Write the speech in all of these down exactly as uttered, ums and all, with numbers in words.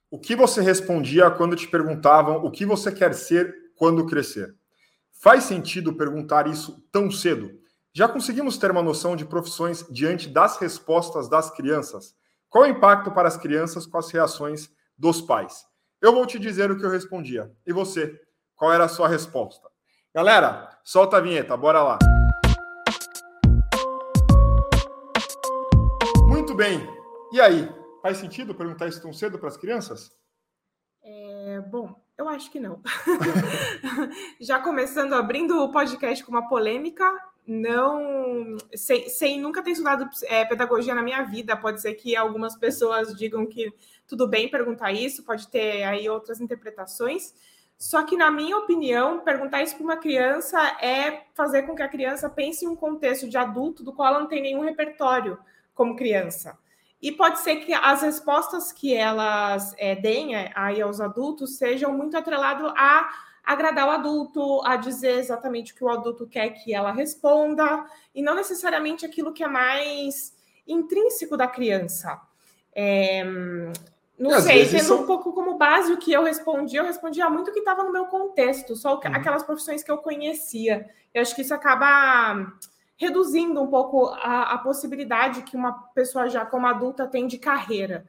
O que você respondia quando te perguntavam o que você quer ser quando crescer? Faz sentido perguntar isso tão cedo? Já conseguimos ter uma noção de profissões diante das respostas das crianças? Qual o impacto para as crianças com as reações dos pais? Eu vou te dizer o que eu respondia. E você? Qual era a sua resposta? Galera, solta a vinheta, bora lá. Muito bem. E aí? Faz sentido perguntar isso tão cedo para as crianças? É, bom, eu acho que não. Já começando, abrindo o podcast com uma polêmica, não, sem, sem nunca ter estudado é, pedagogia na minha vida, pode ser que algumas pessoas digam que tudo bem perguntar isso, pode ter aí outras interpretações, só que, na minha opinião, perguntar isso para uma criança é fazer com que a criança pense em um contexto de adulto do qual ela não tem nenhum repertório como criança. E pode ser que as respostas que elas é, deem aí aos adultos sejam muito atreladas a agradar o adulto, a dizer exatamente o que o adulto quer que ela responda, e não necessariamente aquilo que é mais intrínseco da criança. É, não E, sei, tendo são... um pouco como base o que eu respondi, eu respondia muito o que estava no meu contexto, só uhum. aquelas profissões que eu conhecia. Eu acho que isso acaba reduzindo um pouco a, a possibilidade que uma pessoa já como adulta tem de carreira.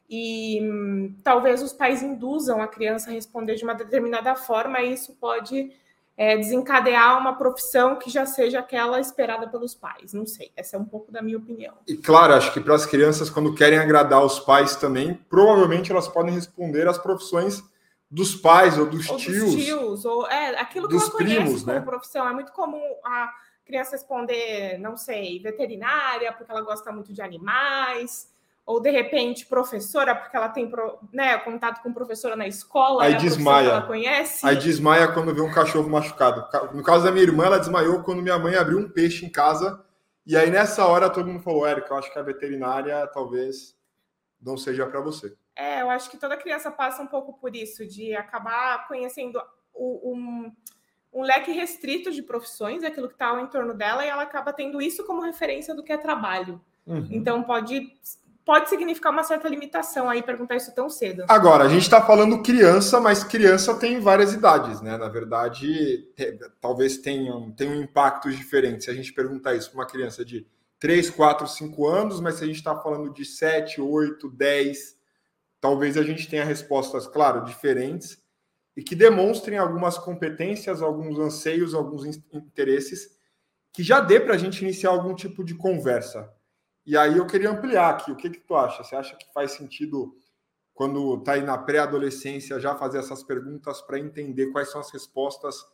E hum, talvez os pais induzam a criança a responder de uma determinada forma, e isso pode é, desencadear uma profissão que já seja aquela esperada pelos pais. Não sei, essa é um pouco da minha opinião. E claro, acho que para as crianças, quando querem agradar os pais também, provavelmente elas podem responder às profissões dos pais ou dos ou tios. Dos tios, ou é, aquilo que dos ela conhece primos, como né? profissão. É muito comum a criança responder, não sei, veterinária, porque ela gosta muito de animais, ou, de repente, professora, porque ela tem né, contato com professora na escola, aí é a desmaia. Que ela conhece. Aí desmaia quando vê um cachorro machucado. No caso da minha irmã, ela desmaiou quando minha mãe abriu um peixe em casa, e aí, nessa hora, todo mundo falou, Érica, eu acho que a veterinária talvez não seja para você. É, eu acho que toda criança passa um pouco por isso, de acabar conhecendo o, um... um leque restrito de profissões, aquilo que está ao entorno dela, e ela acaba tendo isso como referência do que é trabalho. Uhum. Então, pode, pode significar uma certa limitação aí perguntar isso tão cedo. Agora, a gente está falando criança, mas criança tem várias idades, né? Na verdade, te, talvez tenham, tenham impactos diferentes. Se a gente perguntar isso para uma criança de três, quatro, cinco anos, mas se a gente está falando de sete, oito, dez, talvez a gente tenha respostas, claro, diferentes, e que demonstrem algumas competências, alguns anseios, alguns interesses, que já dê para a gente iniciar algum tipo de conversa. E aí eu queria ampliar aqui. O que, que tu acha? Você acha que faz sentido, quando está aí na pré-adolescência, já fazer essas perguntas para entender quais são as respostas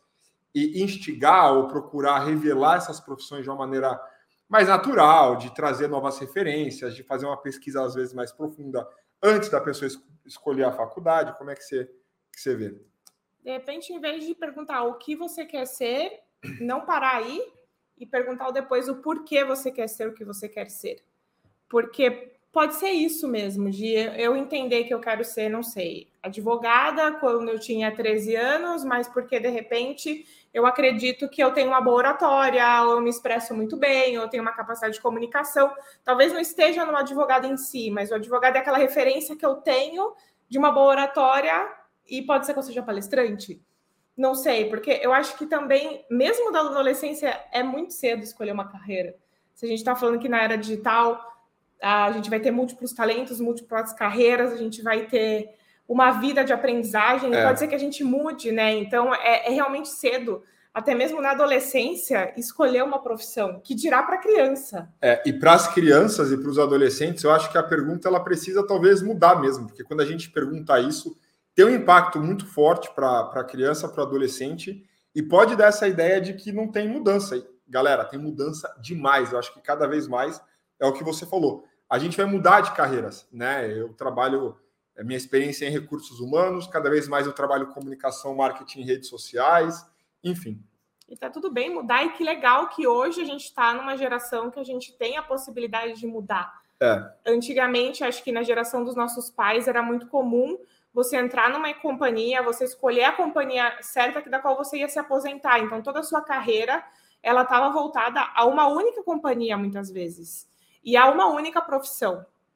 e instigar ou procurar revelar essas profissões de uma maneira mais natural, de trazer novas referências, de fazer uma pesquisa, às vezes, mais profunda antes da pessoa escolher a faculdade? Como é que você, que você vê? De repente, em vez de perguntar o que você quer ser, não parar aí e perguntar depois o porquê você quer ser o que você quer ser. Porque pode ser isso mesmo, de eu entender que eu quero ser, não sei, advogada quando eu tinha treze anos, mas porque, de repente, eu acredito que eu tenho uma boa oratória, ou eu me expresso muito bem, ou eu tenho uma capacidade de comunicação. Talvez não esteja no advogado em si, mas o advogado é aquela referência que eu tenho de uma boa oratória, e pode ser que eu seja palestrante. Não sei, porque eu acho que também, mesmo da adolescência, é muito cedo escolher uma carreira. Se a gente está falando que na era digital a gente vai ter múltiplos talentos, múltiplas carreiras, a gente vai ter uma vida de aprendizagem, é. Pode ser que a gente mude, né? Então, é, é realmente cedo, até mesmo na adolescência, escolher uma profissão, que dirá para a criança. É, e para as crianças e para os adolescentes, eu acho que a pergunta ela precisa talvez mudar mesmo, porque quando a gente pergunta isso, tem um impacto muito forte para a criança, para o adolescente, e pode dar essa ideia de que não tem mudança. E, galera, tem mudança demais. Eu acho que cada vez mais é o que você falou. A gente vai mudar de carreiras, né? Eu trabalho, a minha experiência é em recursos humanos, cada vez mais eu trabalho comunicação, marketing, redes sociais, enfim. E tá tudo bem mudar, e que legal que hoje a gente está numa geração que a gente tem a possibilidade de mudar. É. Antigamente, acho que na geração dos nossos pais era muito comum você entrar numa companhia, você escolher a companhia certa da qual você ia se aposentar. Então, toda a sua carreira, ela estava voltada a uma única companhia, muitas vezes. E há uma única profissão.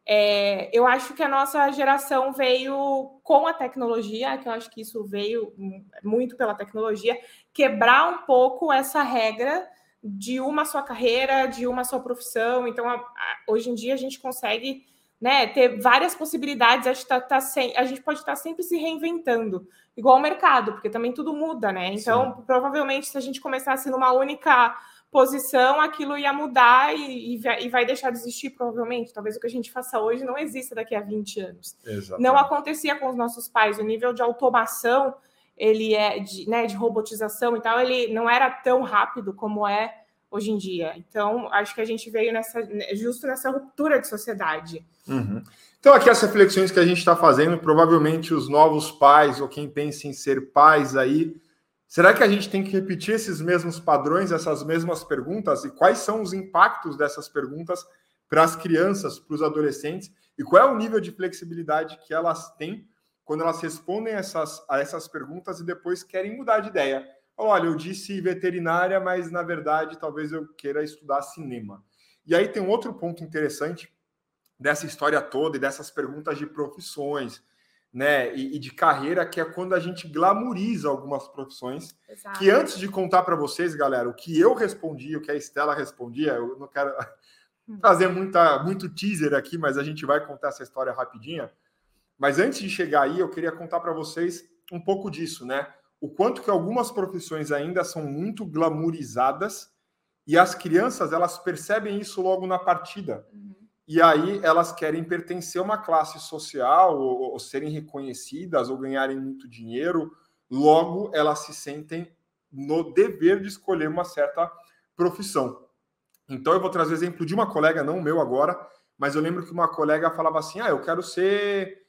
É, eu acho que a nossa geração veio com a tecnologia, que eu acho que isso veio muito pela tecnologia, quebrar um pouco essa regra de uma só carreira, de uma só profissão. Então, a, a, hoje em dia, a gente consegue, né, ter várias possibilidades. A gente, tá, tá sem, a gente pode estar sempre se reinventando, igual o mercado, porque também tudo muda, né? Então, sim, provavelmente, se a gente começasse numa única posição, aquilo ia mudar e, e vai deixar de existir, provavelmente. Talvez o que a gente faça hoje não exista daqui a vinte anos. Exatamente. Não acontecia com os nossos pais. O nível de automação, ele é de, né, de robotização e tal, ele não era tão rápido como é hoje em dia. Então, acho que a gente veio nessa, justo nessa ruptura de sociedade. Uhum. Então, aqui as reflexões que a gente está fazendo, provavelmente os novos pais ou quem pensa em ser pais aí, será que a gente tem que repetir esses mesmos padrões, essas mesmas perguntas? E quais são os impactos dessas perguntas para as crianças, para os adolescentes? E qual é o nível de flexibilidade que elas têm quando elas respondem essas, a essas perguntas e depois querem mudar de ideia? Olha, eu disse veterinária, mas na verdade talvez eu queira estudar cinema. E aí tem um outro ponto interessante dessa história toda e dessas perguntas de profissões, né, e, e de carreira, que é quando a gente glamoriza algumas profissões. Exato. Que antes de contar para vocês, galera, o que eu respondi, o que a Estela respondia, eu não quero fazer muita, muito teaser aqui, mas a gente vai contar essa história rapidinha. Mas antes de chegar aí, eu queria contar para vocês um pouco disso, né? O quanto que algumas profissões ainda são muito glamorizadas e as crianças, elas percebem isso logo na partida. Uhum. E aí elas querem pertencer a uma classe social, ou, ou serem reconhecidas, ou ganharem muito dinheiro. Logo, elas se sentem no dever de escolher uma certa profissão. Então, eu vou trazer o exemplo de uma colega, não o meu agora, mas eu lembro que uma colega falava assim, ah, eu quero ser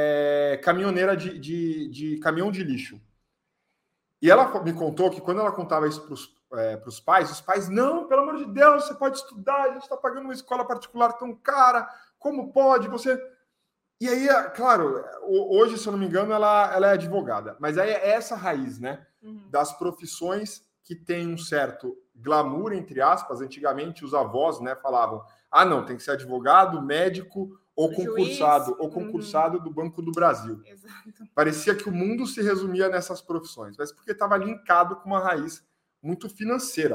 é, caminhoneira de, de, de caminhão de lixo. E ela me contou que quando ela contava isso para os É, para os pais, os pais, não, pelo amor de Deus, você pode estudar, a gente está pagando uma escola particular tão cara, como pode você... E aí, claro, hoje, se eu não me engano, ela, ela é advogada, mas aí é essa raiz, né, uhum. das profissões que tem um certo glamour, entre aspas. Antigamente os avós, né, falavam, ah, não, tem que ser advogado, médico ou o concursado, juiz. ou concursado uhum. do Banco do Brasil. Exato. Parecia que o mundo se resumia nessas profissões, mas porque estava linkado com uma raiz muito financeira,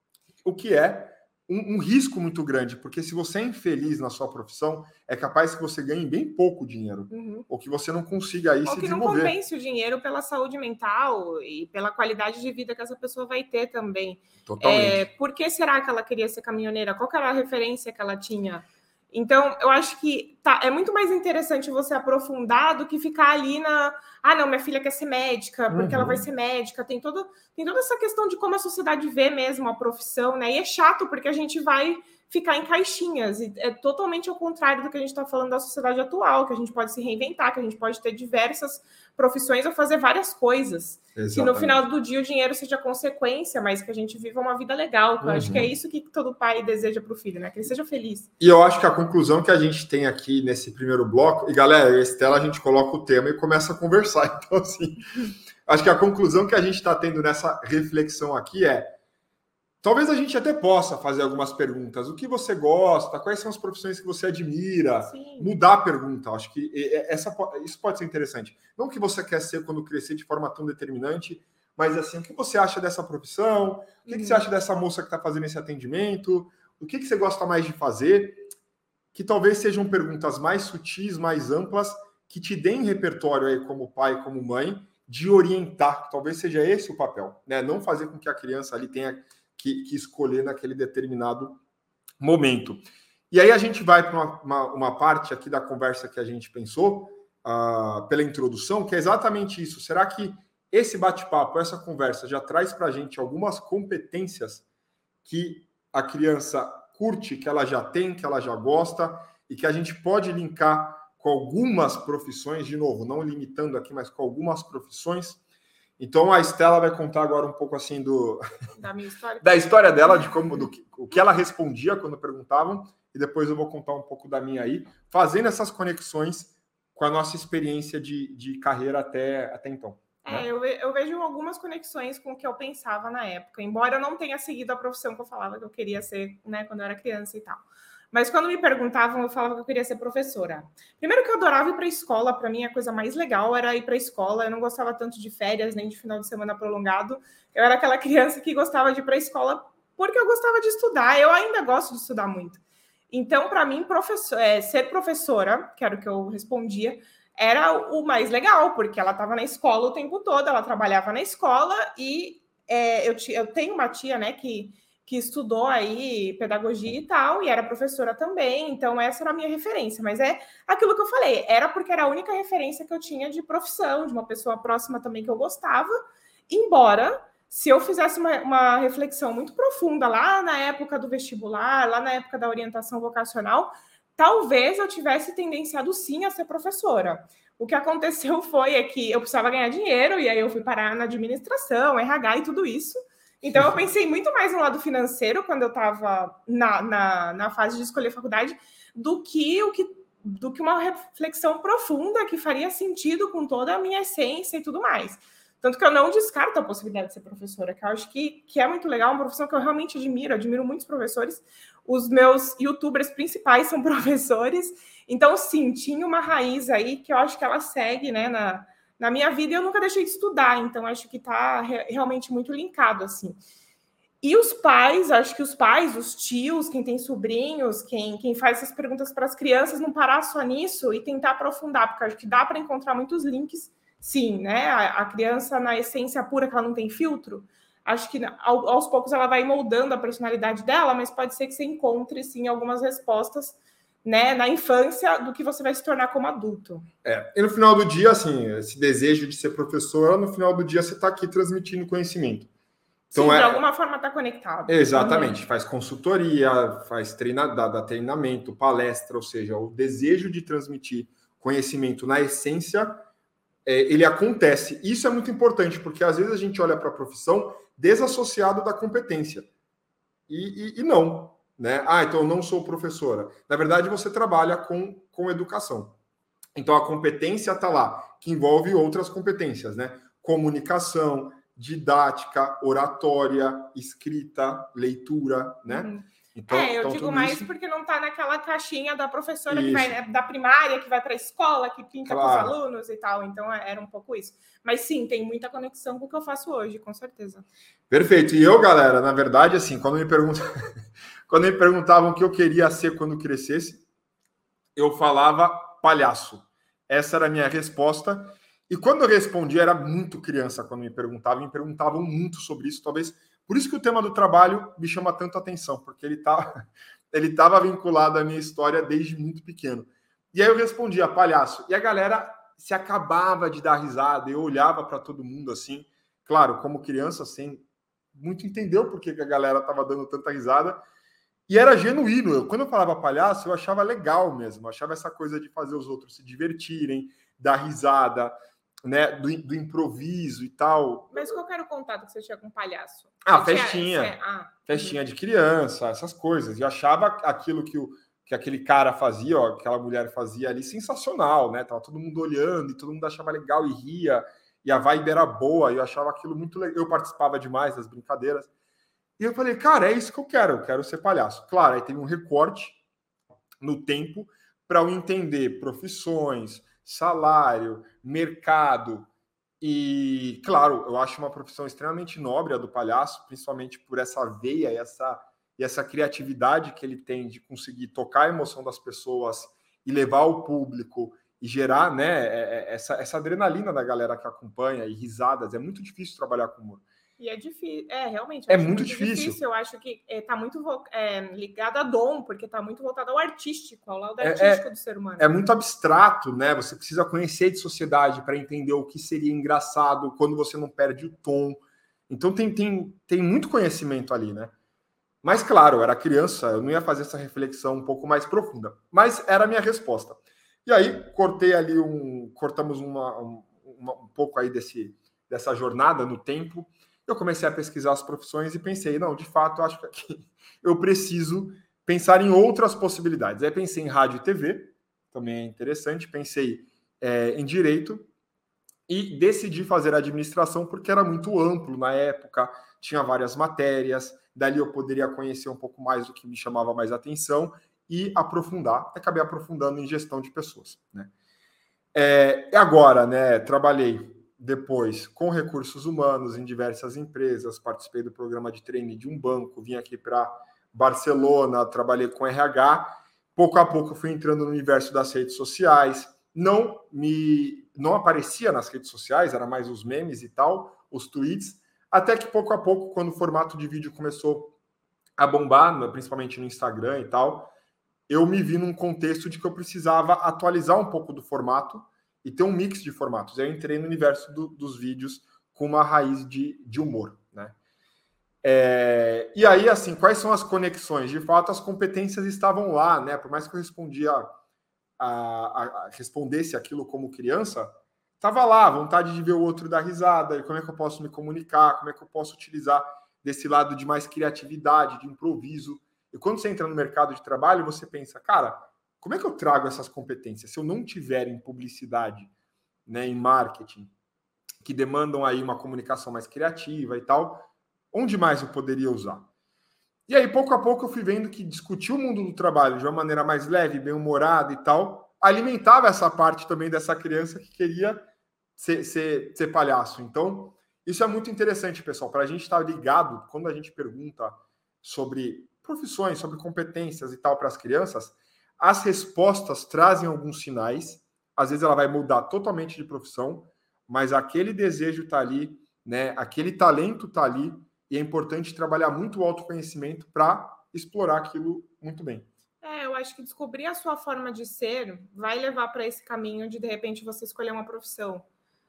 o que é um, um risco muito grande, porque se você é infeliz na sua profissão, é capaz que você ganhe bem pouco dinheiro, uhum. ou que você não consiga aí ou se desenvolver. Ou que não compense o dinheiro pela saúde mental e pela qualidade de vida que essa pessoa vai ter também. Totalmente. É, por que será que ela queria ser caminhoneira? Qual que era a referência que ela tinha? Então, eu acho que tá, é muito mais interessante você aprofundar do que ficar ali na... Ah, não, minha filha quer ser médica, porque uhum. ela vai ser médica. Tem, todo, tem toda essa questão de como a sociedade vê mesmo a profissão, né? E é chato, porque a gente vai ficar em caixinhas. E é totalmente ao contrário do que a gente está falando da sociedade atual, que a gente pode se reinventar, que a gente pode ter diversas profissões ou fazer várias coisas. Exatamente. Que no final do dia o dinheiro seja consequência, mas que a gente viva uma vida legal. Uhum. Eu acho que é isso que todo pai deseja para o filho, né? Que ele seja feliz. E eu acho que a conclusão que a gente tem aqui nesse primeiro bloco... E, galera, a Estela, a gente coloca o tema e começa a conversar. Então, assim, acho que a conclusão que a gente está tendo nessa reflexão aqui é... Talvez a gente até possa fazer algumas perguntas. O que você gosta? Quais são as profissões que você admira? Sim. Mudar a pergunta. Acho que essa, isso pode ser interessante. Não o que você quer ser quando crescer de forma tão determinante, mas assim, o que você acha dessa profissão? O que, uhum. que você acha dessa moça que está fazendo esse atendimento? O que, que você gosta mais de fazer? Que talvez sejam perguntas mais sutis, mais amplas, que te deem repertório aí como pai, como mãe, de orientar. Talvez seja esse o papel, né? Não fazer com que a criança ali tenha... Que, que escolher naquele determinado momento. E aí a gente vai para uma, uma, uma parte aqui da conversa que a gente pensou, uh, pela introdução, que é exatamente isso. Será que esse bate-papo, essa conversa, já traz para a gente algumas competências que a criança curte, que ela já tem, que ela já gosta, e que a gente pode linkar com algumas profissões, de novo, não limitando aqui, mas com algumas profissões? Então a Estela vai contar agora um pouco assim do da minha história, da história dela, de como do que, o que ela respondia quando perguntavam, e depois eu vou contar um pouco da minha aí, fazendo essas conexões com a nossa experiência de, de carreira até, até então. É, né? eu, eu vejo algumas conexões com o que eu pensava na época, embora eu não tenha seguido a profissão que eu falava que eu queria ser, né, quando eu era criança e tal. Mas quando me perguntavam, eu falava que eu queria ser professora. Primeiro que eu adorava ir para a escola, para mim a coisa mais legal era ir para a escola. Eu não gostava tanto de férias, nem de final de semana prolongado. Eu era aquela criança que gostava de ir para a escola porque eu gostava de estudar. Eu ainda gosto de estudar muito. Então, para mim, professor, é, ser professora, que era o que eu respondia, era o mais legal, porque ela estava na escola o tempo todo, ela trabalhava na escola e é, eu, eu tenho uma tia, né, que, que estudou aí pedagogia e tal, e era professora também, então essa era a minha referência, mas é aquilo que eu falei, era porque era a única referência que eu tinha de profissão, de uma pessoa próxima também que eu gostava, embora, se eu fizesse uma, uma reflexão muito profunda lá na época do vestibular, lá na época da orientação vocacional, talvez eu tivesse tendenciado sim a ser professora. O que aconteceu foi é que eu precisava ganhar dinheiro, e aí eu fui parar na administração, R H e tudo isso. Então eu pensei muito mais no lado financeiro quando eu estava na, na, na fase de escolher faculdade do que, o que, do que uma reflexão profunda que faria sentido com toda a minha essência e tudo mais. Tanto que eu não descarto a possibilidade de ser professora, que eu acho que, que é muito legal, uma profissão que eu realmente admiro, admiro muitos professores. Os meus youtubers principais são professores. Então, sim, tinha uma raiz aí que eu acho que ela segue, né, na, na minha vida, e eu nunca deixei de estudar. Então, acho que está re- realmente muito linkado, assim. E os pais, acho que os pais, os tios, quem tem sobrinhos, quem, quem faz essas perguntas para as crianças, não parar só nisso e tentar aprofundar, porque acho que dá para encontrar muitos links. Sim, né? A, a criança, na essência pura, que ela não tem filtro, acho que ao, aos poucos ela vai moldando a personalidade dela, mas pode ser que você encontre, sim, algumas respostas, né, na infância do que você vai se tornar como adulto. É, e no final do dia, assim, esse desejo de ser professora, no final do dia você está aqui transmitindo conhecimento. Então, sim, é... de alguma forma está conectado. Exatamente, uhum. Faz consultoria, faz treina, dá, dá treinamento, palestra, ou seja, o desejo de transmitir conhecimento na essência, é, ele acontece. Isso é muito importante, porque às vezes a gente olha para a profissão desassociado da competência. E, e, e não, né? Ah, então eu não sou professora. Na verdade, você trabalha com, com educação. Então a competência está lá, que envolve outras competências, né? Comunicação, didática, oratória, escrita, leitura, né? Uhum. Então, é, eu então, digo mais isso... porque não está naquela caixinha da professora isso. que vai da primária, que vai para a escola, que pinta claro. com os alunos e tal. Então, era um pouco isso. Mas sim, tem muita conexão com o que eu faço hoje, com certeza. Perfeito. E eu, galera, na verdade, assim, quando me perguntam, quando me perguntavam o que eu queria ser quando crescesse, eu falava palhaço. Essa era a minha resposta. E quando eu respondi, era muito criança quando me perguntavam, me perguntavam muito sobre isso, talvez por isso que o tema do trabalho me chama tanto a atenção, porque ele tá, ele estava vinculado à minha história desde muito pequeno. E aí eu respondia, palhaço. E a galera se acabava de dar risada, eu olhava para todo mundo assim, claro, como criança, sem muito entender o porquê que a galera estava dando tanta risada, e era genuíno. Eu, quando eu falava palhaço, eu achava legal mesmo, eu achava essa coisa de fazer os outros se divertirem, dar risada, né, do, do improviso e tal. Mas qual era o contato que você tinha com o palhaço? Ah, você festinha. Tinha... Ah, festinha uhum. de criança, essas coisas. E eu achava aquilo que, o, que aquele cara fazia, ó, aquela mulher fazia ali, sensacional, né? Tava todo mundo olhando e todo mundo achava legal e ria, e a vibe era boa, e eu achava aquilo muito legal. Eu participava demais das brincadeiras. E eu falei, cara, é isso que eu quero, eu quero ser palhaço. Claro, aí teve um recorte no tempo para eu entender profissões, salário, mercado. E, claro, eu acho uma profissão extremamente nobre a do palhaço, principalmente por essa veia e essa, e essa criatividade que ele tem de conseguir tocar a emoção das pessoas e levar ao público e gerar, né, essa, essa adrenalina da galera que acompanha e risadas. É muito difícil trabalhar com humor. E é difícil, é realmente é muito, muito difícil. difícil. Eu acho que está é, muito é, ligado a dom, porque está muito voltado ao artístico, ao lado artístico é, do ser humano. É muito abstrato, né? Você precisa conhecer de sociedade para entender o que seria engraçado quando você não perde o tom. Então tem, tem, tem muito conhecimento ali, né? Mas, claro, eu era criança, eu não ia fazer essa reflexão um pouco mais profunda. Mas era a minha resposta. E aí, cortei ali um. Cortamos uma, uma, um pouco aí desse, dessa jornada no tempo. Eu comecei a pesquisar as profissões e pensei, não, de fato, eu acho que aqui eu preciso pensar em outras possibilidades. Aí pensei em rádio e T V, também é interessante, pensei é, em direito e decidi fazer administração porque era muito amplo na época, tinha várias matérias, dali eu poderia conhecer um pouco mais do que me chamava mais atenção e aprofundar. Acabei aprofundando em gestão de pessoas, né? É, agora, né, trabalhei depois com recursos humanos em diversas empresas, participei do programa de trainee de um banco, vim aqui para Barcelona, trabalhei com R H. Pouco a pouco eu fui entrando no universo das redes sociais, não me não aparecia nas redes sociais, era mais os memes e tal, os tweets, até que pouco a pouco, quando o formato de vídeo começou a bombar, principalmente no Instagram e tal, eu me vi num contexto de que eu precisava atualizar um pouco do formato e ter um mix de formatos. Eu entrei no universo do, dos vídeos com uma raiz de, de humor, né? É, e aí, assim, quais são as conexões? De fato, as competências estavam lá, né? Por mais que eu respondia a, a, a, respondesse aquilo como criança, estava lá, a vontade de ver o outro dar risada, e como é que eu posso me comunicar, como é que eu posso utilizar desse lado de mais criatividade, de improviso. E quando você entra no mercado de trabalho, você pensa, cara, como é que eu trago essas competências? Se eu não tiver em publicidade, né, em marketing, que demandam aí uma comunicação mais criativa e tal, onde mais eu poderia usar? E aí, pouco a pouco, eu fui vendo que discutir o mundo do trabalho de uma maneira mais leve, bem-humorada e tal, alimentava essa parte também dessa criança que queria ser, ser, ser palhaço. Então, isso é muito interessante, pessoal, para a gente estar ligado, quando a gente pergunta sobre profissões, sobre competências e tal para as crianças, as respostas trazem alguns sinais. Às vezes ela vai mudar totalmente de profissão, mas aquele desejo está ali, né? Aquele talento está ali, e é importante trabalhar muito o autoconhecimento para explorar aquilo muito bem. É, eu acho que descobrir a sua forma de ser vai levar para esse caminho de, de repente, você escolher uma profissão.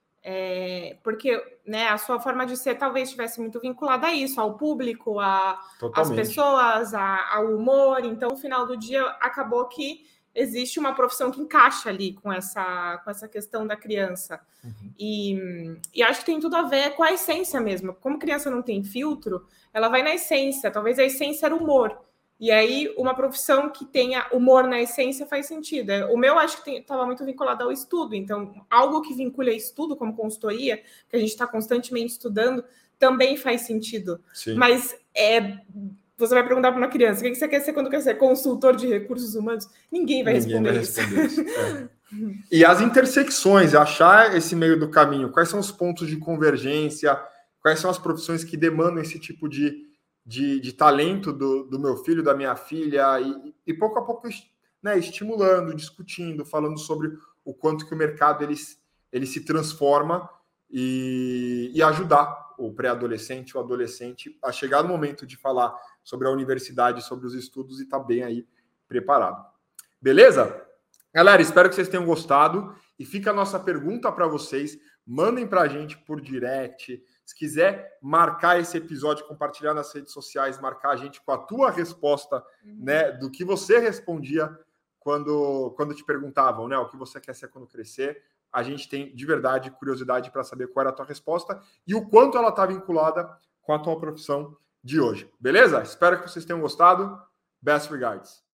É, porque, né, a sua forma de ser talvez estivesse muito vinculada a isso, ao público, a, às pessoas, a, ao humor. Então, no final do dia, acabou que existe uma profissão que encaixa ali com essa, com essa questão da criança. Uhum. E, e acho que tem tudo a ver com a essência mesmo. Como criança não tem filtro, ela vai na essência. Talvez a essência era humor. E aí, uma profissão que tenha humor na essência faz sentido. O meu, acho que estava muito vinculado ao estudo. Então, algo que vincule a estudo, como consultoria, que a gente está constantemente estudando, também faz sentido. Sim. Mas é, você vai perguntar para uma criança, o que você quer ser quando quer ser consultor de recursos humanos? Ninguém vai Ninguém responder vai isso. Responder isso. É. E as intersecções, achar esse meio do caminho. Quais são os pontos de convergência? Quais são as profissões que demandam esse tipo de... De, de talento do, do meu filho, da minha filha, e, e pouco a pouco, né, estimulando, discutindo, falando sobre o quanto que o mercado ele, ele se transforma e, e ajudar o pré-adolescente, o adolescente, a chegar no momento de falar sobre a universidade, sobre os estudos e estar tá bem aí preparado. Beleza? Galera, espero que vocês tenham gostado e fica a nossa pergunta para vocês. Mandem para a gente por direct. Se quiser marcar esse episódio, compartilhar nas redes sociais, marcar a gente com a tua resposta, uhum. né, do que você respondia quando, quando te perguntavam, né, o que você quer ser quando crescer. A gente tem, de verdade, curiosidade para saber qual era a tua resposta e o quanto ela está vinculada com a tua profissão de hoje. Beleza? Espero que vocês tenham gostado. Best regards.